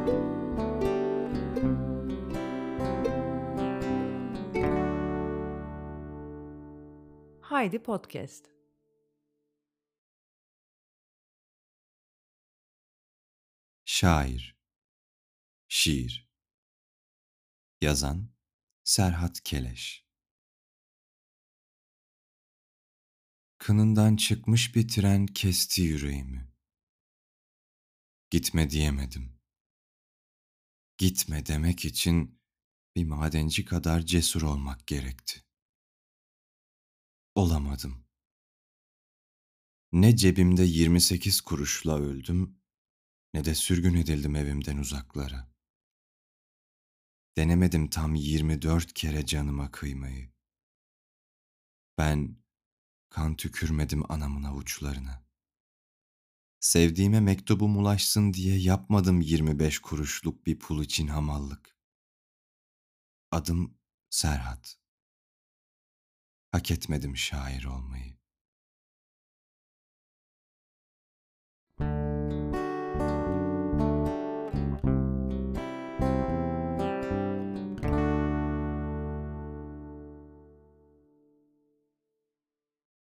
Haydi Podcast. Şair, şiir. Yazan Serhat Keleş. Kınından çıkmış bir tren kesti yüreğimi. Gitme diyemedim. Gitme demek için bir madenci kadar cesur olmak gerekti. Olamadım. Ne cebimde 28 kuruşla öldüm, ne de sürgün edildim evimden uzaklara. Denemedim tam 24 kere canıma kıymayı. Ben kan tükürmedim anamın avuçlarına. Sevdiğime mektubum ulaşsın diye yapmadım 25 kuruşluk bir pul için hamallık. Adım Serhat. Hak etmedim şair olmayı.